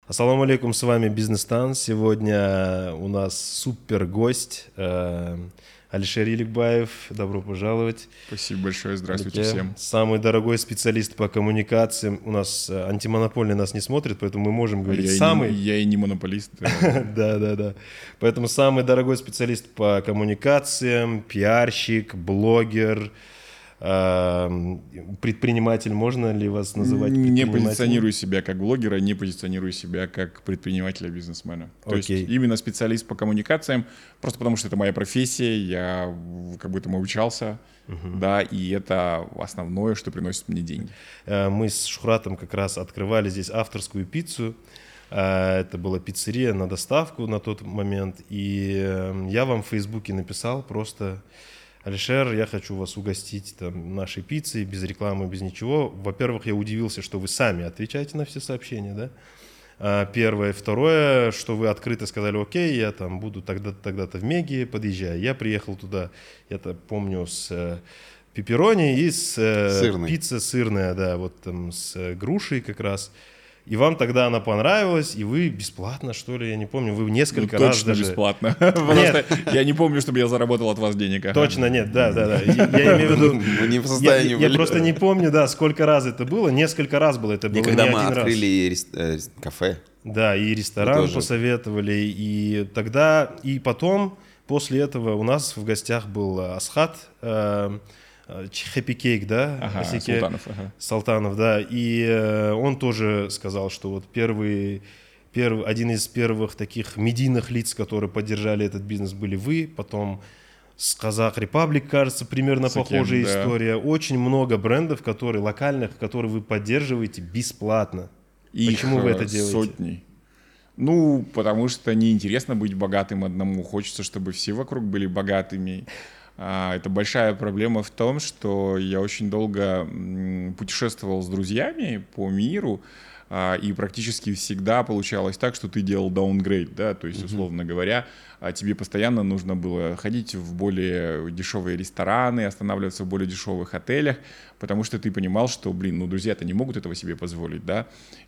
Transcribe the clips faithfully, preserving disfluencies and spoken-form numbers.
Ассаламу алейкум, с вами Бизнес-Тан. Сегодня у нас супер гость э, Алишер Иликбаев. Добро пожаловать. Спасибо большое, здравствуйте Алике. всем. Самый дорогой специалист по коммуникациям. У нас антимонопольный нас не смотрит, поэтому мы можем говорить я самый. И не, я и не монополист. Да, да, да. Поэтому самый дорогой специалист по коммуникациям, пиарщик, блогер. Предприниматель, можно ли вас называть предпринимателем? Не позиционирую себя как блогера, не позиционирую себя как предпринимателя, бизнесмена. То Окей. есть именно специалист по коммуникациям, просто потому что это моя профессия, я как бы этому обучался, uh-huh. да, и это основное, что приносит мне деньги. Мы с Шухратом как раз открывали здесь авторскую пиццу. Это была пиццерия на доставку на тот момент, и я вам в Фейсбуке написал просто: Алишер, я хочу вас угостить там, нашей пиццей, без рекламы, без ничего. Во-первых, я удивился, что вы сами отвечаете на все сообщения, да? А, первое. Второе, что вы открыто сказали: окей, я там буду тогда-то, тогда-то в Меге, подъезжай. Я приехал туда, я-то помню, с э, пепперони и с э, пицца сырная, да, вот там с э, грушей как раз. И вам тогда она понравилась, и вы бесплатно, что ли, я не помню, вы несколько ну, раз точно даже... бесплатно, потому что я не помню, чтобы я заработал от вас денег. Точно нет, да, да, да. Я, я имею в виду... Мы не в состоянии я, я просто не помню, да, сколько раз это было, несколько раз было, это было Когда не мы один открыли раз. Э, кафе. Да, и ресторан посоветовали, и тогда, и потом, после этого у нас в гостях был Асхат, э, Happy Cake, да, ага, Султанов, ага. Салтанов, да, и э, он тоже сказал, что вот первый, первый, один из первых таких медийных лиц, которые поддержали этот бизнес, были вы, потом с Казах Репаблик, кажется, примерно Сакен, похожая да. история, очень много брендов, которые локальных, которые вы поддерживаете бесплатно. Их Почему вы это делаете? Сотни. Ну, потому что неинтересно быть богатым одному, хочется, чтобы все вокруг были богатыми. Это большая проблема в том, что я очень долго путешествовал с друзьями по миру, и практически всегда получалось так, что ты делал даунгрейд, да, то есть, условно говоря, тебе постоянно нужно было ходить в более дешевые рестораны, останавливаться в более дешевых отелях, потому что ты понимал, что, блин, ну, друзья-то не могут этого себе позволить, да,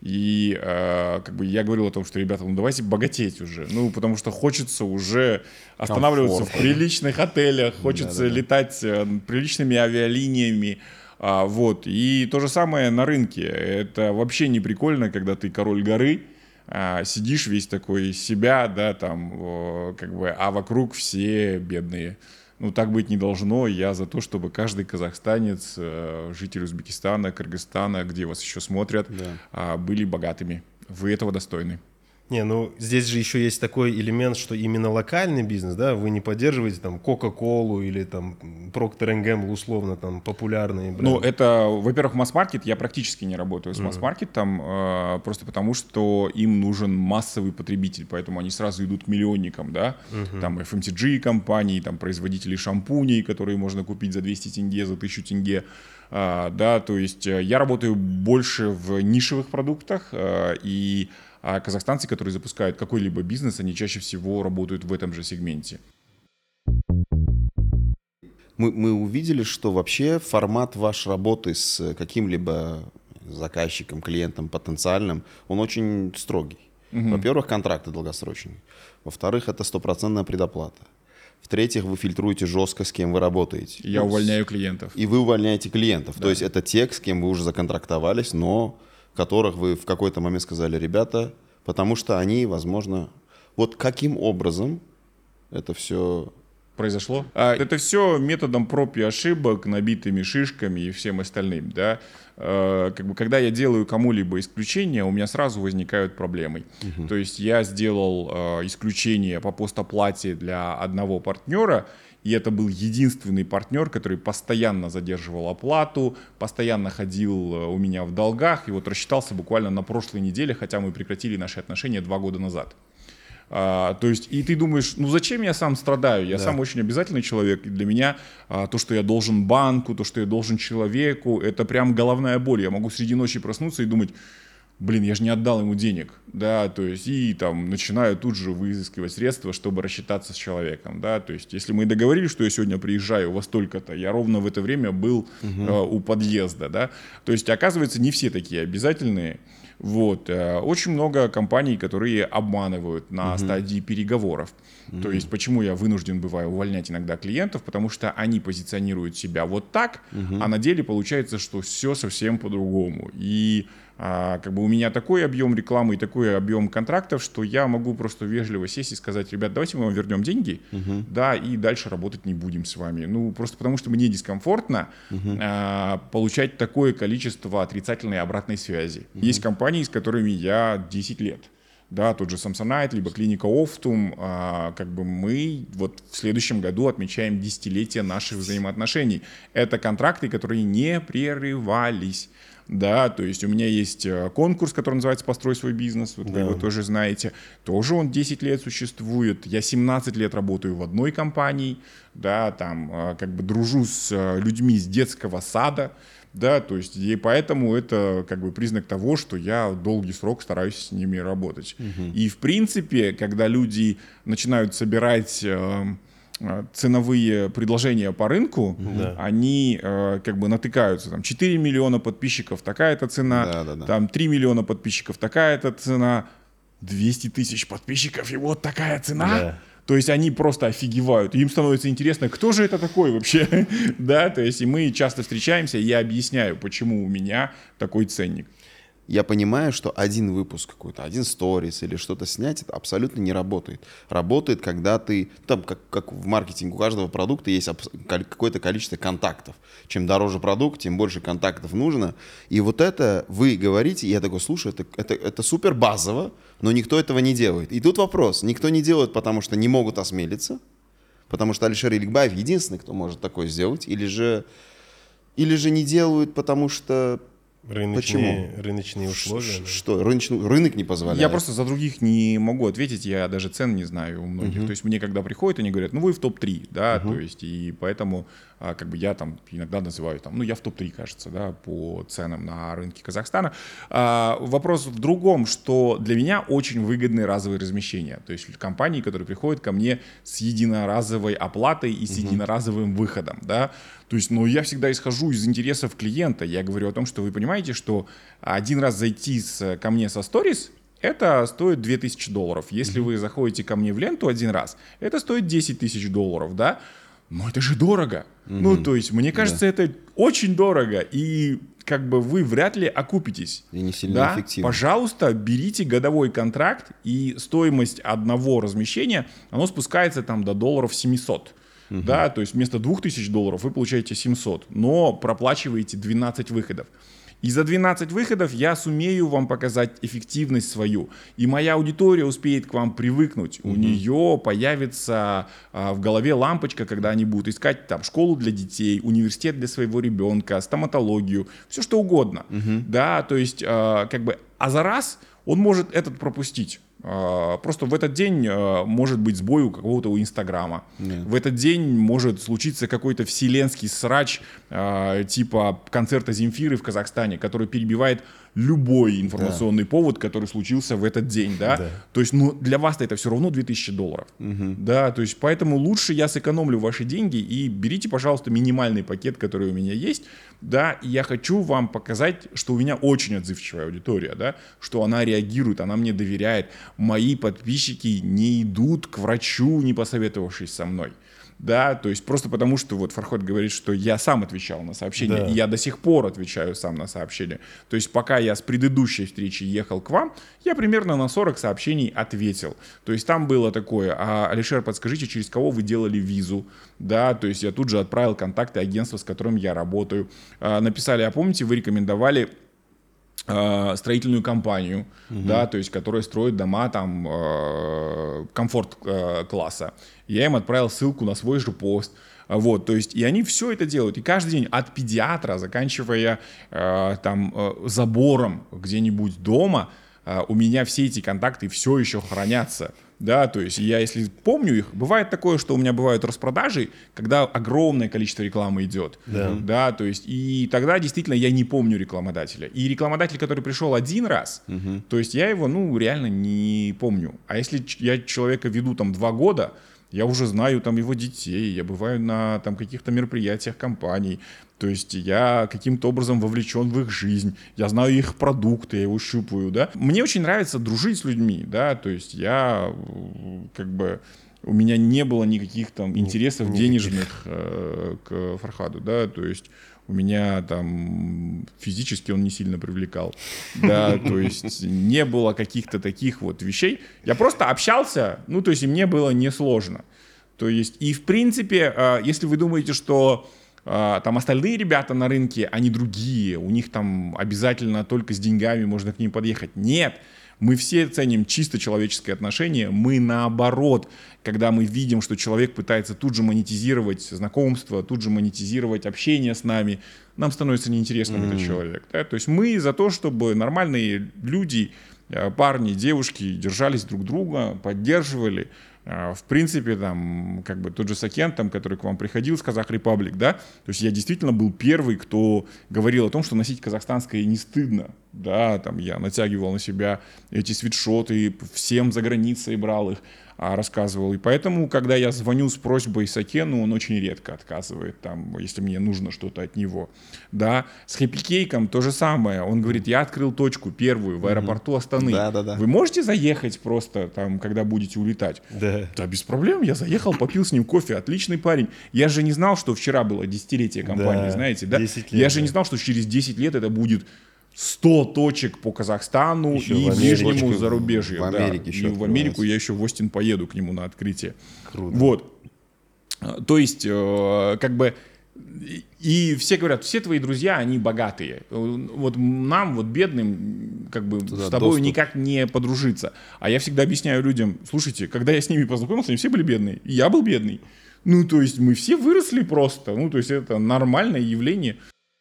и э, как бы я говорил о том, что, ребята, ну, давайте богатеть уже, ну, потому что хочется уже останавливаться в приличных отелях, хочется да, да, да. летать приличными авиалиниями. А, вот. И то же самое на рынке. Это вообще не прикольно, когда ты король горы, а, сидишь весь такой из себя, да, там, о, как бы, а вокруг все бедные. Ну, так быть не должно. Я за то, чтобы каждый казахстанец, житель Узбекистана, Кыргызстана, где вас еще смотрят, да. а, были богатыми. Вы этого достойны. Не, ну здесь же еще есть такой элемент, что именно локальный бизнес, да, вы не поддерживаете там Кока-Колу или там Procter энд Gamble, условно, там популярные бренды. Ну, это, во-первых, масс-маркет, я практически не работаю с mm-hmm. масс-маркетом, э, просто потому что им нужен массовый потребитель, поэтому они сразу идут к миллионникам, да, mm-hmm. там эф эм си джи компании, там производители шампуней, которые можно купить за двести тенге, за тысячу тенге. Uh, да, то есть uh, я работаю больше в нишевых продуктах, uh, и uh, казахстанцы, которые запускают какой-либо бизнес, они чаще всего работают в этом же сегменте. Мы, мы увидели, что вообще формат вашей работы с каким-либо заказчиком, клиентом потенциальным, он очень строгий. Uh-huh. Во-первых, контракты долгосрочные. Во-вторых, это стопроцентная предоплата. В-третьих, вы фильтруете жестко, с кем вы работаете. Я увольняю клиентов. И вы увольняете клиентов. Да. То есть это те, с кем вы уже законтрактовались, но которых вы в какой-то момент сказали: ребята, потому что они, возможно... Вот каким образом это все... произошло? А, это все методом проб и ошибок, набитыми шишками и всем остальным, да. А, как бы, когда я делаю кому-либо исключение, у меня сразу возникают проблемы. Uh-huh. То есть я сделал а, исключение по постоплате для одного партнера, и это был единственный партнер, который постоянно задерживал оплату, постоянно ходил у меня в долгах, и вот рассчитался буквально на прошлой неделе, хотя мы прекратили наши отношения два года назад. А, то есть, и ты думаешь, ну зачем я сам страдаю? Я да. сам очень обязательный человек. И для меня а, то, что я должен банку, то, что я должен человеку, это прям головная боль. Я могу среди ночи проснуться и думать: блин, я же не отдал ему денег, да, то есть, и там начинаю тут же выискивать средства, чтобы рассчитаться с человеком, да, то есть, если мы договорились, что я сегодня приезжаю во столько-то, я ровно в это время был угу. э, у подъезда, да, то есть, оказывается, не все такие обязательные. Вот. Очень много компаний, которые обманывают на Мгм. стадии переговоров. То Мгм. есть почему я вынужден бываю увольнять иногда клиентов, потому что они позиционируют себя вот так, Мгм. а на деле получается, что все совсем по-другому. И а, как бы у меня такой объем рекламы и такой объем контрактов, что я могу просто вежливо сесть и сказать: ребят, давайте мы вам вернем деньги, Мгм. да, и дальше работать не будем с вами. Ну, просто потому что мне дискомфортно Мгм. а, получать такое количество отрицательной обратной связи. Есть компании, с которыми я десять лет. Да, тот же Samsonite, либо клиника Optum, а, как бы мы вот в следующем году отмечаем десятилетие наших взаимоотношений. Это контракты, которые не прерывались. Да, то есть у меня есть э, конкурс, который называется «Построй свой бизнес», вот вы Да. его тоже знаете. Тоже он десять лет существует. Я семнадцать лет работаю в одной компании, да, там э, как бы дружу с э, людьми с детского сада, да, то есть и поэтому это как бы признак того, что я долгий срок стараюсь с ними работать. И в принципе, когда люди начинают собирать э, э, ценовые предложения по рынку, Да. они э, как бы натыкаются, там четыре миллиона подписчиков, такая-то цена, Да, да, да. там три миллиона подписчиков, такая-то цена, двести тысяч подписчиков, и вот такая цена. Да. То есть они просто офигевают. Им становится интересно, кто же это такой вообще. Да, то есть и мы часто встречаемся, и я объясняю, почему у меня такой ценник. Я понимаю, что один выпуск какой-то, один сторис или что-то снять, это абсолютно не работает. Работает, когда ты, там, как, как в маркетинге, у каждого продукта есть абс- кол- какое-то количество контактов. Чем дороже продукт, тем больше контактов нужно. И вот это вы говорите, и я такой, слушай, это, это, это супер базово, но никто этого не делает. И тут вопрос, никто не делает, потому что не могут осмелиться, потому что Алишер Иликбаев единственный, кто может такое сделать, или же, или же не делают, потому что... Рыночные, рыночные условия. Ш- да. Что, рыночный, рынок не позволяет? Я просто за других не могу ответить, я даже цен не знаю у многих. Мгм. То есть мне когда приходят, они говорят, ну вы в топ три, да, Мгм. то есть и поэтому а, как бы я там иногда называю, там, ну я в топ три, кажется, да, по ценам на рынке Казахстана. А, вопрос в другом, что для меня очень выгодны разовые размещения. То есть компании, которые приходят ко мне с единоразовой оплатой и с единоразовым выходом, да. То есть, но я всегда исхожу из интересов клиента. Я говорю о том, что вы понимаете, что один раз зайти с, ко мне со сторис, это стоит две тысячи долларов. Если вы заходите ко мне в ленту один раз, это стоит десять тысяч долларов, да? Но это же дорого. Ну, то есть, мне кажется, это очень дорого. И как бы вы вряд ли окупитесь. И не сильно Да? эффективно. Пожалуйста, берите годовой контракт, и стоимость одного размещения, оно спускается там до долларов семьсот. Да, то есть вместо двух тысяч долларов вы получаете семьсот, но проплачиваете двенадцать выходов. И за двенадцать выходов я сумею вам показать эффективность свою. И моя аудитория успеет к вам привыкнуть. У нее появится а, в голове лампочка, когда они будут искать там школу для детей, университет для своего ребенка, стоматологию, все что угодно. Да, то есть а, как бы, а за раз он может этот пропустить. А, Просто в этот день а, может быть сбой у какого-то у Инстаграма. Нет. В этот день может случиться какой-то вселенский срач а, типа концерта Земфиры в Казахстане, который перебивает любой информационный повод, который случился в этот день. Да? Да. То есть ну, для вас-то это все равно две тысячи долларов. Да, то есть поэтому лучше я сэкономлю ваши деньги и берите, пожалуйста, минимальный пакет, который у меня есть. Да, и я хочу вам показать, что у меня очень отзывчивая аудитория, да, что она реагирует, она мне доверяет. Мои подписчики не идут к врачу, не посоветовавшись со мной. Да, то есть просто потому, что вот Фарход говорит, что я сам отвечал на сообщения, Да. и я до сих пор отвечаю сам на сообщения. То есть пока я с предыдущей встречи ехал к вам, я примерно на сорок сообщений ответил. То есть там было такое: а, Алишер, подскажите, через кого вы делали визу? Да, то есть я тут же отправил контакты агентства, с которым я работаю. А, написали, а помните, вы рекомендовали э, строительную компанию, uh-huh. да, то есть, которая строит дома там э, комфорт-класса. Я им отправил ссылку на свой же пост. Вот, то есть, и они все это делают. И каждый день от педиатра, заканчивая э, там э, забором где-нибудь дома, э, у меня все эти контакты все еще хранятся. Да, то есть я, если помню их, бывает такое, что у меня бывают распродажи, когда огромное количество рекламы идет. Да. Да, то есть и тогда действительно я не помню рекламодателя. И рекламодатель, который пришел один раз, Мгм. то есть я его, ну, реально не помню. А если ч- я человека веду там два года, я уже знаю там его детей, я бываю на там каких-то мероприятиях компаний, то есть я каким-то образом вовлечен в их жизнь, я знаю их продукты, я его щупаю, да. Мне очень нравится дружить с людьми, да, то есть я как бы... У меня не было никаких там интересов никаких. денежных э, к Фархаду, да, то есть у меня там физически он не сильно привлекал, да, то есть не было каких-то таких вот вещей. Я просто общался, ну, то есть и мне было несложно. То есть и в принципе, э, если вы думаете, что э, там остальные ребята на рынке, они другие, у них там обязательно только с деньгами можно к ним подъехать. Нет. Мы все ценим чисто человеческое отношение. Мы наоборот, когда мы видим, что человек пытается тут же монетизировать знакомство, тут же монетизировать общение с нами, нам становится неинтересным mm-hmm. этот человек. Да? То есть мы за то, чтобы нормальные люди, парни, девушки держались друг друга, поддерживали. В принципе, там, как бы тот же Сакен, там, который к вам приходил с Казах Репаблик, да, то есть я действительно был первый, кто говорил о том, что носить казахстанское не стыдно, да, там я натягивал на себя эти свитшоты, всем за границей брал их, а, рассказывал, и поэтому, когда я звоню с просьбой Сакену, он очень редко отказывает, там, если мне нужно что-то от него, да, с Хэппи Кейком то же самое, он говорит, я открыл точку первую в аэропорту Астаны, да, да, да. Вы можете заехать просто, там, когда будете улетать? Да. Да, без проблем, я заехал, попил с ним кофе, отличный парень. Я же не знал, что вчера было десятилетие компании, да, знаете, да? десять лет, я же да. не знал, что через десять лет это будет сто точек по Казахстану еще и ближнему точку зарубежью. В Америке да. еще И в Америку я еще в Остин поеду к нему на открытие. Круто. Вот. То есть, э, как бы, и все говорят, все твои друзья, они богатые. Вот нам, вот бедным, как бы Туда с тобой доступ. никак не подружиться. А я всегда объясняю людям, слушайте, когда я с ними познакомился, они все были бедные, и я был бедный. Ну, то есть мы все выросли просто. Ну, то есть это нормальное явление.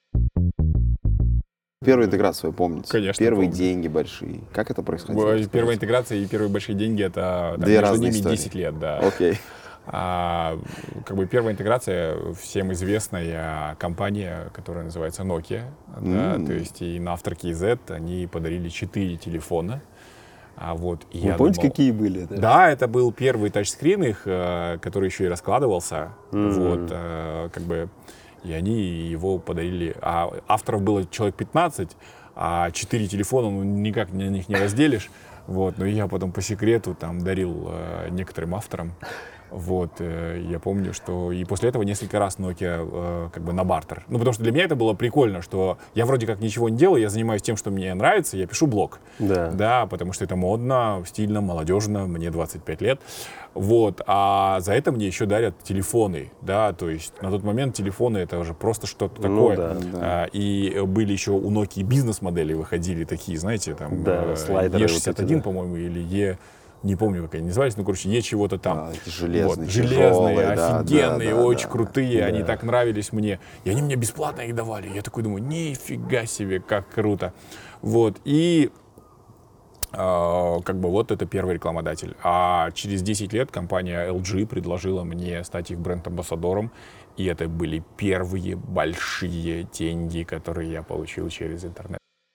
Первую интеграцию вы помните? Конечно, Первые помню. деньги большие. Как это происходило? Первая интеграция и первые большие деньги — это там, Две между разные ними истории. десять лет, да. Окей. А, как бы первая интеграция, всем известная компания, которая называется Nokia, да, М. то есть и на авторке Z они подарили четыре телефона. А вот, и Вы я помните, думал- какие были? Да? Да, это был первый тачскрин их, э, который еще и раскладывался. Мгм. Вот, э, как бы, и они его подарили. А авторов было человек пятнадцать, а четыре телефона, ну, никак на них не разделишь. Вот, но я потом по секрету там дарил э, некоторым авторам. Вот, э, я помню, что и после этого несколько раз Nokia э, как бы на бартер. Ну, потому что для меня это было прикольно, что я вроде как ничего не делаю, я занимаюсь тем, что мне нравится, я пишу блог. Да. Да, потому что это модно, стильно, молодежно, мне двадцать пять лет. Вот, а за это мне еще дарят телефоны, да, то есть на тот момент телефоны это уже просто что-то Ну такое. да, да. А, и были еще у Nokia бизнес-модели выходили такие, знаете, там Да, э, слайдеры Е вот шестьдесят эти, один, да. по-моему, или Е, не помню, как они назывались, ну, короче, Е чего-то там. А, эти железные, Вот, железные, тяжелые, да, офигенные, да, да, очень да. крутые, они Да. так нравились мне. И они мне бесплатно их давали. Я такой думаю, нифига себе, как круто. Вот, и э, как бы вот это первый рекламодатель. А через десять лет компания эл джи предложила мне стать их бренд-амбассадором. И это были первые большие деньги, которые я получил через интернет.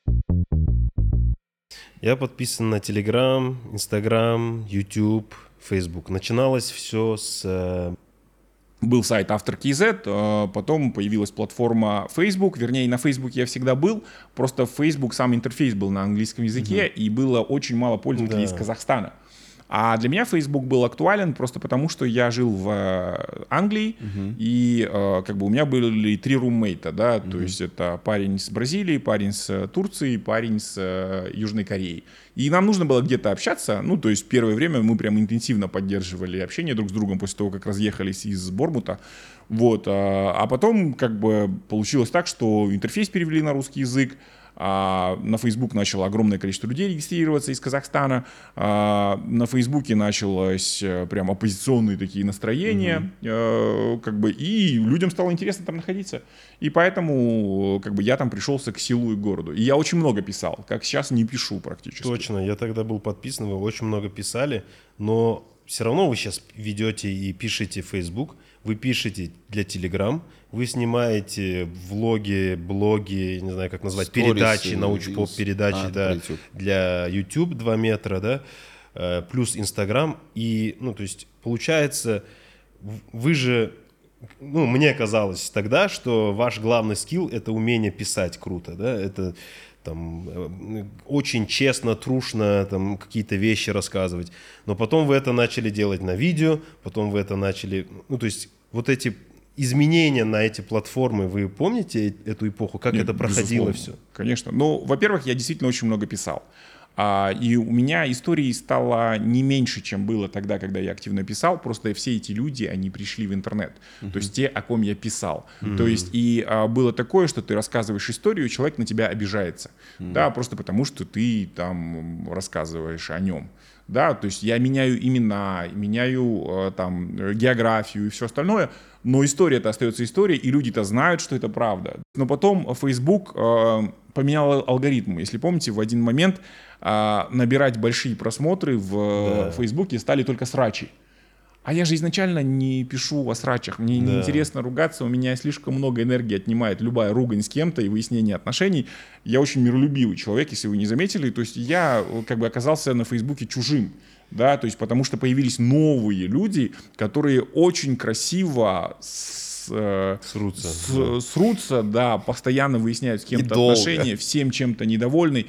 Я подписан на Telegram, Instagram, YouTube, Facebook. Начиналось все с... э, Был сайт авторки Z, э, потом появилась платформа Facebook, вернее, на Facebook я всегда был, просто Facebook, сам интерфейс был на английском языке, и было очень мало пользователей Да. из Казахстана. А для меня Facebook был актуален просто потому, что я жил в э, Англии, и э, как бы у меня были три руммейта, да, то есть это парень с Бразилии, парень с э, Турции, парень с э, Южной Кореей. И нам нужно было где-то общаться, ну, то есть первое время мы прям интенсивно поддерживали общение друг с другом после того, как разъехались из Бормута. Вот, а, а потом как бы получилось так, что интерфейс перевели на русский язык, а на Facebook начало огромное количество людей регистрироваться из Казахстана, а на Фейсбуке началось э, прям оппозиционные такие настроения, э, как бы, и людям стало интересно там находиться. И поэтому как бы, я там пришелся к селу и городу. И я очень много писал, как сейчас не пишу практически. Точно, я тогда был подписан, вы очень много писали, но все равно вы сейчас ведете и пишете в Facebook, вы пишете для Telegram, вы снимаете влоги, блоги, не знаю, как назвать, Сторисы, передачи, научпоп reels. передачи, А, да, про YouTube. для YouTube два метра, да. э, плюс Инстаграм. И, ну, то есть, получается, вы же, ну, мне казалось тогда, что ваш главный скилл — это умение писать круто, да, это там очень честно, трушно там какие-то вещи рассказывать. Но потом вы это начали делать на видео, потом вы это начали, ну, то есть, вот эти изменения на эти платформы, вы помните эту эпоху, как Нет, это проходило безусловно, все? Конечно. Ну, во-первых, я действительно очень много писал. А, и у меня историй стало не меньше, чем было тогда, когда я активно писал. Просто все эти люди, они пришли в интернет. Uh-huh. То есть те, о ком я писал. Uh-huh. То есть и а, было такое, что ты рассказываешь историю, человек на тебя обижается. Uh-huh. Да, просто потому что ты там рассказываешь о нем. Да, то есть я меняю имена, меняю там географию и все остальное, но история-то остается историей, и люди-то знают, что это правда. Но потом Facebook э, поменял алгоритм. Если помните, в один момент э, набирать большие просмотры в да. Фейсбуке стали только срачи. А я же изначально не пишу о срачах. Мне да. неинтересно ругаться, у меня слишком много энергии отнимает любая ругань с кем-то и выяснение отношений. Я очень миролюбивый человек, если вы не заметили. То есть я как бы оказался на Фейсбуке чужим. Да, то есть потому что появились новые люди, которые очень красиво с, э, срутся, с, да. срутся, да, постоянно выясняют с кем-то отношения, всем чем-то недовольны,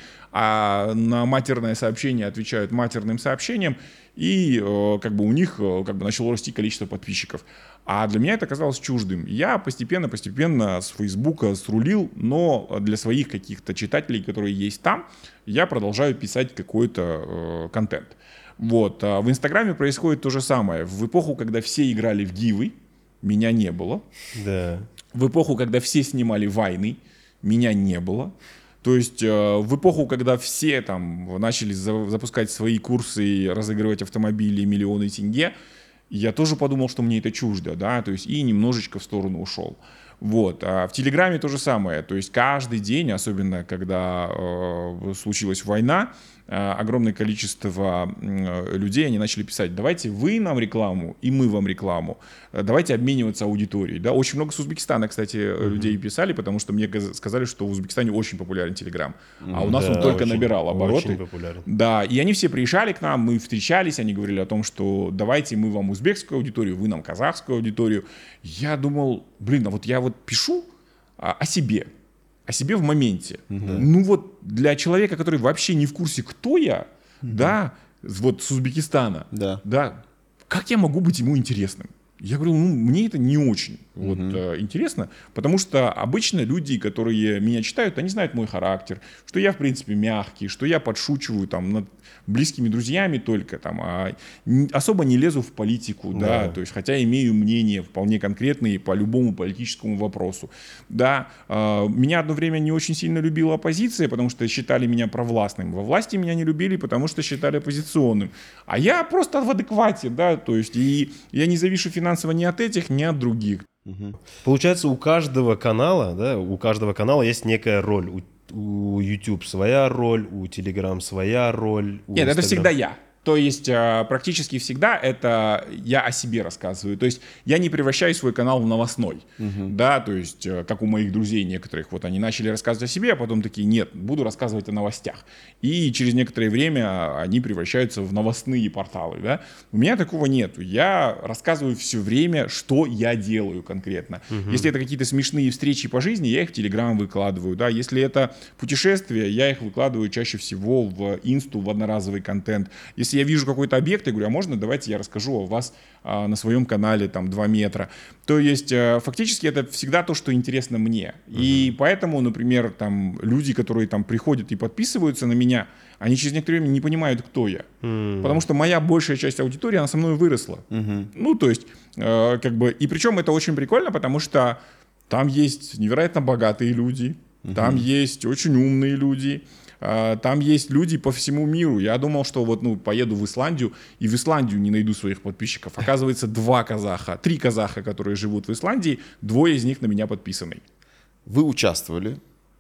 а на матерное сообщение отвечают матерным сообщением, и э, как бы у них э, как бы начало расти количество подписчиков. А для меня это казалось чуждым. Я постепенно-постепенно с Фейсбука срулил, но для своих каких-то читателей, которые есть там, я продолжаю писать какой-то э, контент. Вот. А в Инстаграме происходит то же самое. В эпоху, когда все играли в гивы, меня не было. Да. В эпоху, когда все снимали вайны, меня не было. То есть э, в эпоху, когда все там начали за- запускать свои курсы и разыгрывать автомобили миллионы тенге, я тоже подумал, что мне это чуждо, да, то есть и немножечко в сторону ушел. Вот. А в Телеграме то же самое. То есть каждый день, особенно когда э, случилась война, э, огромное количество э, людей, они начали писать: давайте вы нам рекламу, и мы вам рекламу. Давайте обмениваться аудиторией. Да? Очень много с Узбекистана, кстати, mm-hmm. людей писали, потому что мне сказали, что в Узбекистане очень популярен Телеграм. Mm-hmm. А у нас да, он только очень, набирал обороты. Очень популярен. Да, и они все приезжали к нам, мы встречались, они говорили о том, что давайте мы вам узбекскую аудиторию, вы нам казахскую аудиторию. Я думал, блин, а вот я вот пишу а, о себе, о себе в моменте. Mm-hmm. Ну вот для человека, который вообще не в курсе, кто я, mm-hmm. да, вот с Узбекистана, да. да, как я могу быть ему интересным? Я говорю, ну, мне это не очень mm-hmm. вот, э, интересно, потому что обычно люди, которые меня читают, они знают мой характер, что я, в принципе, мягкий, что я подшучиваю там над близкими друзьями только, там, а не, особо не лезу в политику, yeah. да, то есть, хотя имею мнение вполне конкретные по любому политическому вопросу, да. Э, меня одно время не очень сильно любила оппозиция, потому что считали меня провластным, во власти меня не любили, потому что считали оппозиционным, а я просто в адеквате, да, то есть, и я не завишу финансово финансово ни от этих, ни от других. Угу. Получается, у каждого канала, да, у каждого канала есть некая роль. У, у YouTube своя роль, у Telegram своя роль. У Нет, Instagram... это всегда я. То есть практически всегда это я о себе рассказываю. То есть я не превращаю свой канал в новостной. Uh-huh. Да, то есть как у моих друзей некоторых. Вот они начали рассказывать о себе, а потом такие: нет, буду рассказывать о новостях. И через некоторое время они превращаются в новостные порталы. Да? У меня такого нет. Я рассказываю все время, что я делаю конкретно. Uh-huh. Если это какие-то смешные встречи по жизни, я их в Telegram выкладываю. Да? Если это путешествия, я их выкладываю чаще всего в Инсту, в одноразовый контент. Если я вижу какой-то объект, я говорю: а можно, давайте я расскажу о вас а, на своем канале там два метра. То есть а, фактически это всегда то, что интересно мне. Uh-huh. И поэтому, например, там люди, которые там приходят и подписываются на меня, они через некоторое время не понимают, кто я. Uh-huh. Потому что моя большая часть аудитории, она со мной выросла. Uh-huh. Ну, то есть, э, как бы, и причем это очень прикольно, потому что там есть невероятно богатые люди, uh-huh. там есть очень умные люди, там есть люди по всему миру. Я думал, что вот, ну, поеду в Исландию и в Исландию не найду своих подписчиков. Оказывается, два казаха, три казаха, которые живут в Исландии, двое из них на меня подписаны. Вы участвовали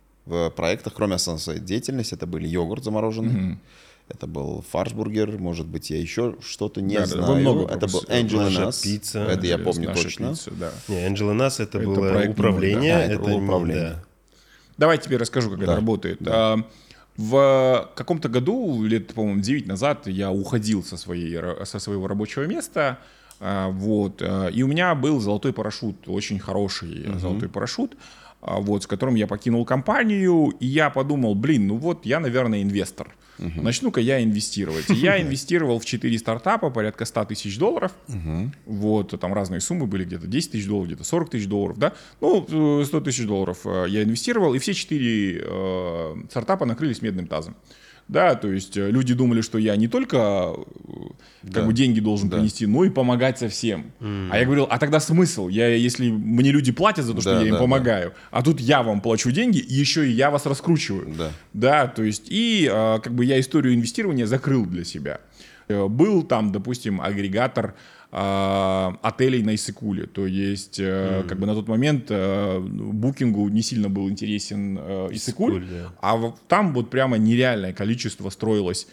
в проектах, кроме основной своей деятельности. Это были йогурт замороженный, mm-hmm. это был фаршбургер, может быть, я еще что-то не да, знаю. Много это был Angel and Us. Пицца. Это я помню точно. Пицца, да. Не, Angel and Us это, это было управление. Да, это это было управление. Да. Давай тебе расскажу, как да. это работает. Да. В каком-то году, лет, по-моему, девять назад, я уходил со, своей, со своего рабочего места, вот, и у меня был золотой парашют, очень хороший uh-huh. золотой парашют, вот, с которым я покинул компанию, и я подумал, блин, ну вот я, наверное, инвестор. Uh-huh. Начну-ка я инвестировать. И я инвестировал в четыре стартапа, порядка сто тысяч долларов. Uh-huh. Вот, там разные суммы были, где-то десять тысяч долларов, где-то сорок тысяч долларов, да. Ну, сто тысяч долларов я инвестировал, и все четыре э, стартапа накрылись медным тазом. Да, то есть люди думали, что я не только как да. бы деньги должен да. принести, но и помогать совсем. Mm. А я говорил, а тогда смысл? Я, если мне люди платят за то, что да, я им да, помогаю, да. а тут я вам плачу деньги, и еще и я вас раскручиваю. Да, да, то есть и как бы я историю инвестирования закрыл для себя. Был там, допустим, агрегатор э, отелей на Иссык-Куле. То есть, э, mm. как бы на тот момент э, букингу не сильно был интересен э, Иссык-Куль, yeah. а в, там вот прямо нереальное количество строилось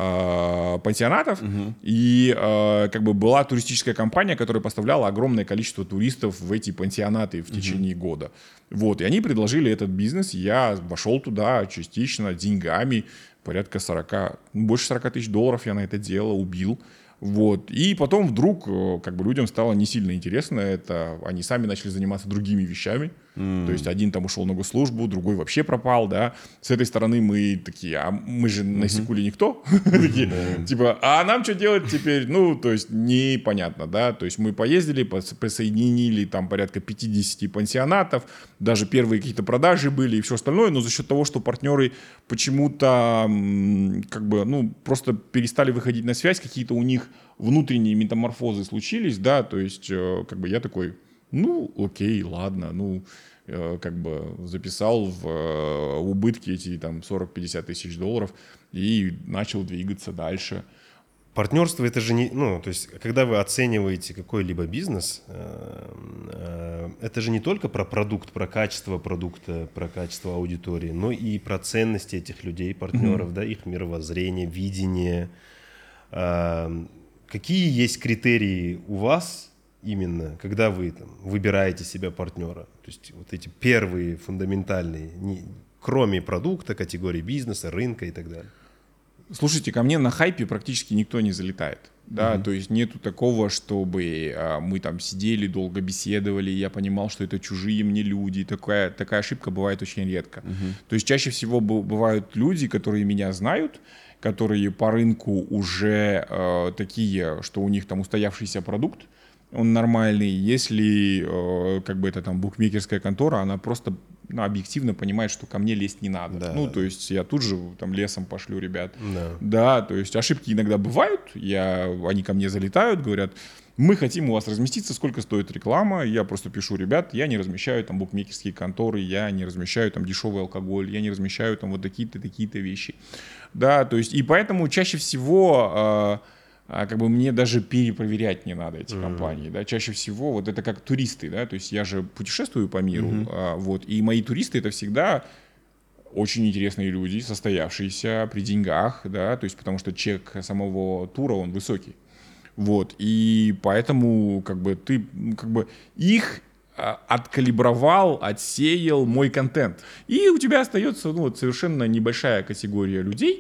э, пансионатов. Mm-hmm. И э, как бы была туристическая компания, которая поставляла огромное количество туристов в эти пансионаты в течение mm-hmm. года. Вот, и они предложили этот бизнес. Я вошел туда частично деньгами. Порядка сорок, больше сорок тысяч долларов я на это дело убил. Вот. И потом вдруг как бы людям стало не сильно интересно это. Они сами начали заниматься другими вещами. Mm. То есть один там ушел на госслужбу, другой вообще пропал, да. С этой стороны мы такие, а мы же на Иссык-Куле никто. Типа, а нам что делать теперь? Ну, то есть непонятно, да. То есть мы поездили, присоединили там порядка пятьдесят пансионатов, даже первые какие-то продажи были и все остальное, но за счет того, что партнеры почему-то как бы, ну, просто перестали выходить на связь, какие-то у них внутренние метаморфозы случились, да, то есть как бы я такой... Ну, окей, ладно, ну, э, как бы записал в э, убытки эти там сорок-пятьдесят тысяч долларов и начал двигаться дальше. Партнерство это же не, ну, то есть, когда вы оцениваете какой-либо бизнес, э, э, это же не только про продукт, про качество продукта, про качество аудитории, но и про ценности этих людей, партнеров, mm-hmm. да, их мировоззрение, видение. Э, какие есть критерии у вас? Именно, когда вы там, выбираете себе партнера, то есть вот эти первые фундаментальные, не, кроме продукта, категории бизнеса, рынка и так далее. Слушайте, ко мне на хайпе практически никто не залетает, да, uh-huh. то есть нету такого, чтобы а, мы там сидели, долго беседовали, я понимал, что это чужие мне люди, такая, такая ошибка бывает очень редко. Uh-huh. То есть чаще всего б- бывают люди, которые меня знают, которые по рынку уже э, такие, что у них там устоявшийся продукт, он нормальный. Если э, как бы это там букмекерская контора, она просто ну, объективно понимает, что ко мне лезть не надо. Да. Ну, то есть я тут же там лесом пошлю ребят. Да. Да, то есть ошибки иногда бывают, я, они ко мне залетают, говорят, мы хотим у вас разместиться, сколько стоит реклама. Я просто пишу, ребят, я не размещаю там букмекерские конторы, я не размещаю там дешевый алкоголь, я не размещаю там вот такие-то, такие-то вещи. Да, то есть и поэтому чаще всего... Э, А как бы мне даже перепроверять не надо эти mm-hmm. компании, да, чаще всего вот это как туристы, да, то есть я же путешествую по миру, mm-hmm. а, вот, и мои туристы это всегда очень интересные люди, состоявшиеся при деньгах, да, то есть потому что чек самого тура, он высокий, вот, и поэтому как бы ты, как бы их откалибровал, отсеял мой контент, и у тебя остается, ну, вот совершенно небольшая категория людей,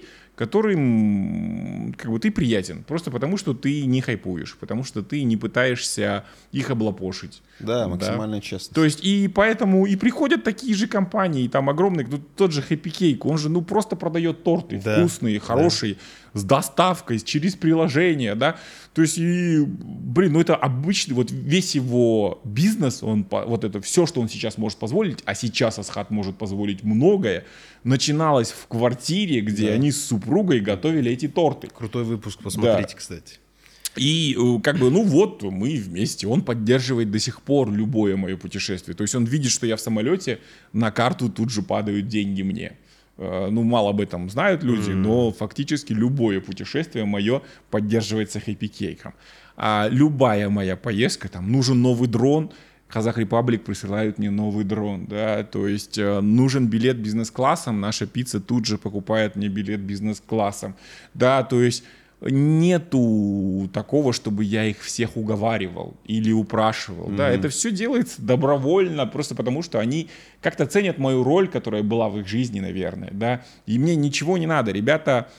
которым как бы ты приятен, просто потому что ты не хайпуешь, потому что ты не пытаешься их облапошить. Да, максимальная да? честность. То есть и поэтому и приходят такие же компании, там огромные, ну, тот же Happy Cake, он же ну просто продает торты да. вкусные, хорошие, да. с доставкой, через приложение, да. То есть и, блин, ну это обычный, вот весь его бизнес, он, вот это все, что он сейчас может позволить, а сейчас Асхат может позволить многое, начиналось в квартире, где да. они с супругой готовили эти торты. Крутой выпуск, посмотрите, да. кстати. И как бы, ну вот, мы вместе, он поддерживает до сих пор любое мое путешествие. То есть он видит, что я в самолете, на карту тут же падают деньги мне. Ну, мало об этом знают люди, mm. но фактически любое путешествие мое поддерживается Happy Cake. А любая моя поездка, там, нужен новый дрон, Казах Репаблик присылают мне новый дрон, да, то есть э, нужен билет бизнес-классом, наша пицца тут же покупает мне билет бизнес-классом, да, то есть нету такого, чтобы я их всех уговаривал или упрашивал. Mm-hmm. Да, это все делается добровольно, просто потому что они как-то ценят мою роль, которая была в их жизни, наверное. Да? И мне ничего не надо. Ребята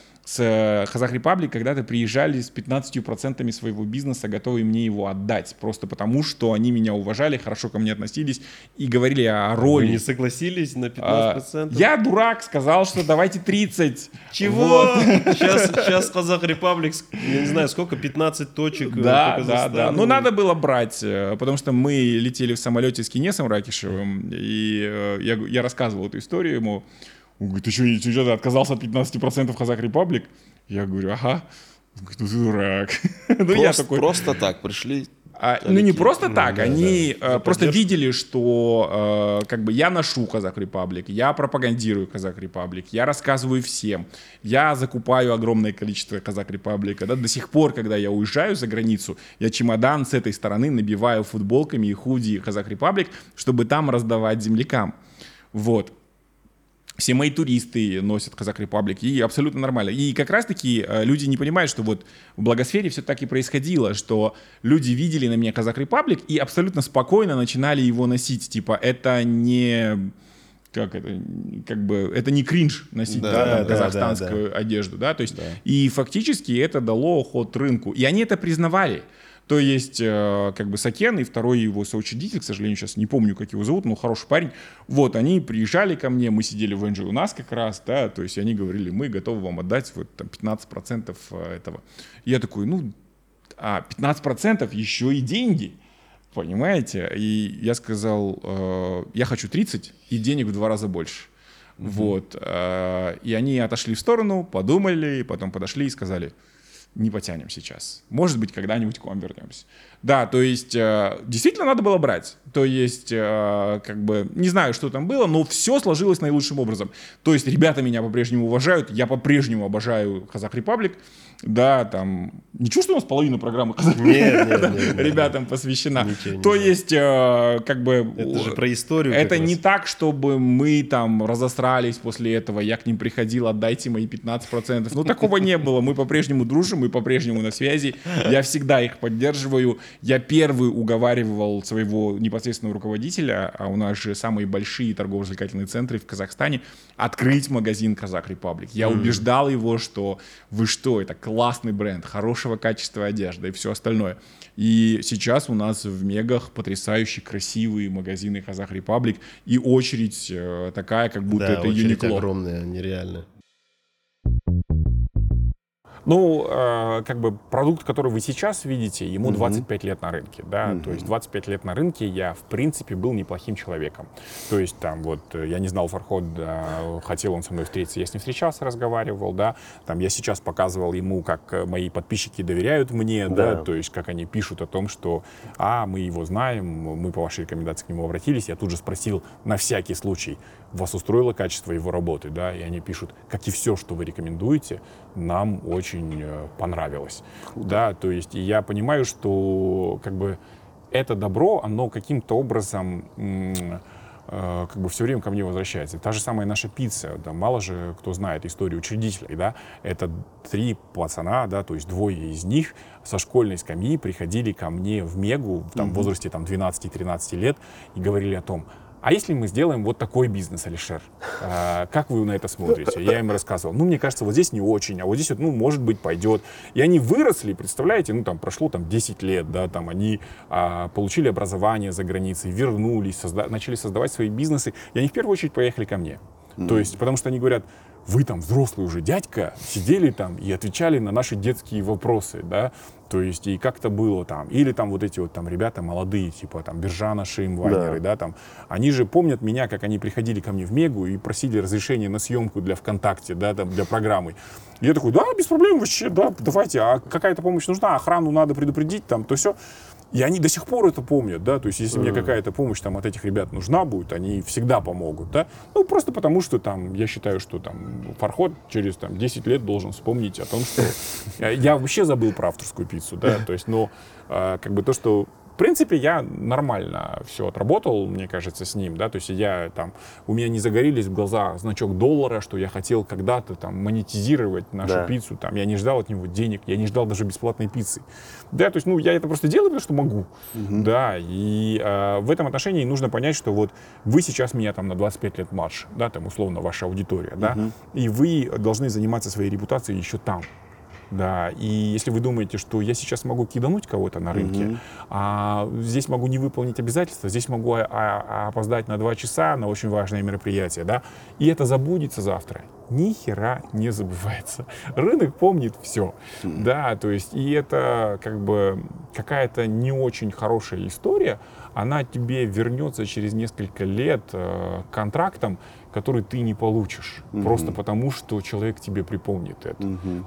с Kazakh Republic когда-то приезжали с пятнадцатью процентами своего бизнеса, готовы мне его отдать, просто потому что они меня уважали, хорошо ко мне относились и говорили о роли. Вы не согласились на пятнадцать процентов? А, я дурак, сказал, что давайте тридцать. Чего? Вот. Сейчас, сейчас Kazakh Republic, я не знаю, сколько, пятнадцать точек. Да, да, да. Ну, надо было брать, потому что мы летели в самолете с Кинесом Ракишевым, и я, я рассказывал эту историю ему. Он говорит, ты что, ты отказался от пятнадцати процентов Kazakh Republic? Я говорю, ага. Он говорит, ну ты дурак. Просто, ну, я такой... просто так пришли. А, ну не просто так, да, они да. э, просто видели, что э, как бы я ношу Kazakh Republic, я пропагандирую Kazakh Republic, я рассказываю всем, я закупаю огромное количество Kazakh Republic. Да? До сих пор, когда я уезжаю за границу, я чемодан с этой стороны набиваю футболками и худи Kazakh Republic, чтобы там раздавать землякам. Вот. Все мои туристы носят Kazakh Republic, и абсолютно нормально. И как раз-таки люди не понимают, что вот в благосфере все так и происходило, что люди видели на мне Kazakh Republic и абсолютно спокойно начинали его носить. Типа это не... Как это, как бы, это не кринж носить да, да, да, там, да, казахстанскую да, да. одежду, да, то есть, да. И фактически это дало ход рынку, и они это признавали. То есть, э, как бы Сакен и второй его соучредитель, к сожалению, сейчас не помню, как его зовут, но хороший парень. Вот, они приезжали ко мне, мы сидели в Энджи у нас как раз, да, то есть они говорили, мы готовы вам отдать вот там пятнадцать процентов этого. И я такой, ну, а пятнадцать процентов еще и деньги, понимаете? И я сказал, э, я хочу тридцать и денег в два раза больше. Mm-hmm. Вот, э, и они отошли в сторону, подумали, потом подошли и сказали, не потянем сейчас. Может быть, когда-нибудь к вам вернемся. Да, то есть э, действительно надо было брать. То есть, э, как бы, не знаю, что там было, но все сложилось наилучшим образом. То есть ребята меня по-прежнему уважают, я по-прежнему обожаю Kazakh Republic. Да, там, ничего, что у нас половина программы ребятам посвящена. То есть, э, как бы... Это же про историю. Это не так, чтобы мы там разосрались после этого, я к ним приходил, отдайте мои пятнадцать процентов. Ну, такого не было. Мы по-прежнему дружим, мы по-прежнему на связи. Я всегда их поддерживаю. Я первый уговаривал своего непосредственного руководителя, а у нас же самые большие торгово-развлекательные центры в Казахстане, открыть магазин Kazakh Republic. Я mm. убеждал его, что вы что, это классный бренд, хорошего качества одежда и все остальное. И сейчас у нас в Мегах потрясающие красивые магазины Kazakh Republic и очередь э, такая, как будто да, это очередь Uniqlo. Огромная, нереально. Ну, э, как бы продукт, который вы сейчас видите, ему двадцать пять лет на рынке, да, mm-hmm. то есть двадцать пять лет на рынке я, в принципе, был неплохим человеком. То есть там вот, я не знал Фарход, да, хотел он со мной встретиться, я с ним встречался, разговаривал, да, там я сейчас показывал ему, как мои подписчики доверяют мне, да, да то есть как они пишут о том, что, а, мы его знаем, мы по вашей рекомендации к нему обратились, я тут же спросил на всякий случай, вас устроило качество его работы, да, и они пишут, как и все, что вы рекомендуете, нам очень понравилось, да, то есть и я понимаю, что как бы это добро, оно каким-то образом м- э, как бы все время ко мне возвращается. Та же самая наша пицца, да, мало же кто знает историю учредителей, да, это три пацана, да, то есть двое из них со школьной скамьи приходили ко мне в Мегу там, mm-hmm. в возрасте там, двенадцать-тринадцать лет и говорили о том, а если мы сделаем вот такой бизнес, Алишер, а, как вы на это смотрите? Я им рассказывал. Ну, мне кажется, вот здесь не очень, а вот здесь, вот, ну, может быть, пойдет. И они выросли, представляете, ну, там, прошло там десять лет, да, там, они а, получили образование за границей, вернулись, созда- начали создавать свои бизнесы, и они в первую очередь поехали ко мне. Mm-hmm. То есть, потому что они говорят, вы там взрослый уже дядька, сидели там и отвечали на наши детские вопросы, да, то есть и как-то было там, или там вот эти вот там ребята молодые, типа там Биржана, Шим, Вайнеры, да. да, там, они же помнят меня, как они приходили ко мне в Мегу и просили разрешения на съемку для ВКонтакте, да, там, для программы. И я такой, да, без проблем вообще, да, давайте, а какая-то помощь нужна, охрану надо предупредить, там, то все. И они до сих пор это помнят, да, то есть если mm. мне какая-то помощь там от этих ребят нужна будет, они всегда помогут, да, ну просто потому что там, я считаю, что там Фарход через там десять лет должен вспомнить о том, что я вообще забыл про авторскую пиццу, да, то есть, но как бы то, что принципе, я нормально все отработал, мне кажется, с ним, да, то есть я там, у меня не загорелись в глаза значок доллара, что я хотел когда-то там монетизировать нашу Да. пиццу, там, я не ждал от него денег, я не ждал даже бесплатной пиццы, да, то есть, ну, я это просто делаю, потому что могу, Мгм. да, и э, в этом отношении нужно понять, что вот вы сейчас меня там на двадцать пять лет младше, да, там, условно, ваша аудитория, да, Мгм. и вы должны заниматься своей репутацией еще там. Да, и если вы думаете, что я сейчас могу кидануть кого-то на рынке, Мгм. а здесь могу не выполнить обязательства, здесь могу а, а, опоздать на два часа на очень важное мероприятие, да, и это забудется завтра, ни хера не забывается. Рынок помнит все, да, то есть и это как бы какая-то не очень хорошая история, она тебе вернется через несколько лет э, контрактом, который ты не получишь, Мгм. просто потому что человек тебе припомнит это. Мгм.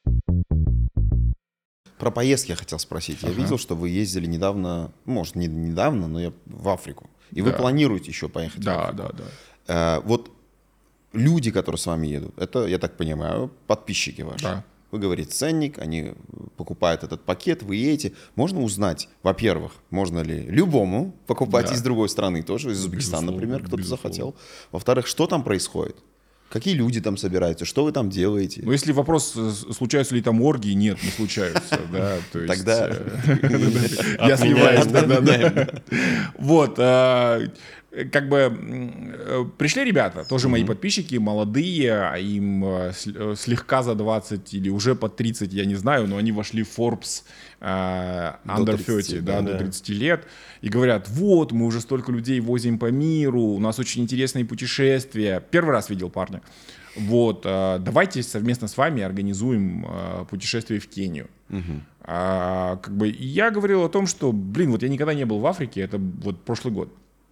Про поездки я хотел спросить. Я Ага. видел, что вы ездили недавно, может, не недавно, но я в Африку. И вы Да. планируете еще поехать в Да, Африку. да, да. Э, Вот люди, которые с вами едут, это, я так понимаю, подписчики ваши. Да. Вы говорите ценник, они покупают этот пакет, вы едете. Можно узнать, во-первых, можно ли любому покупать Да. из другой страны тоже, из Узбекистана, Безусловно, например, кто-то безусловно. захотел. Во-вторых, что там происходит? Какие люди там собираются? Что вы там делаете? Но если вопрос, э, случаются ли там оргии, нет, не случаются, да, то есть... Тогда- э, Я сливаюсь тогда, да. Вот, э, как бы м, э, пришли ребята, тоже мои подписчики, молодые, а им э, с- э, слегка за двадцать или уже под тридцать, я не знаю, но они вошли в Forbes э, До Under тридцати, тридцать, да, да. до тридцати лет, и говорят, вот, мы уже столько людей возим по миру, у нас очень интересные путешествия. Первый раз видел парня. Вот, э, давайте совместно с вами организуем э, путешествие в Кению. Мгм. А, как бы и я говорил о том, что, блин, вот я никогда не был в Африке, это вот прошлый год.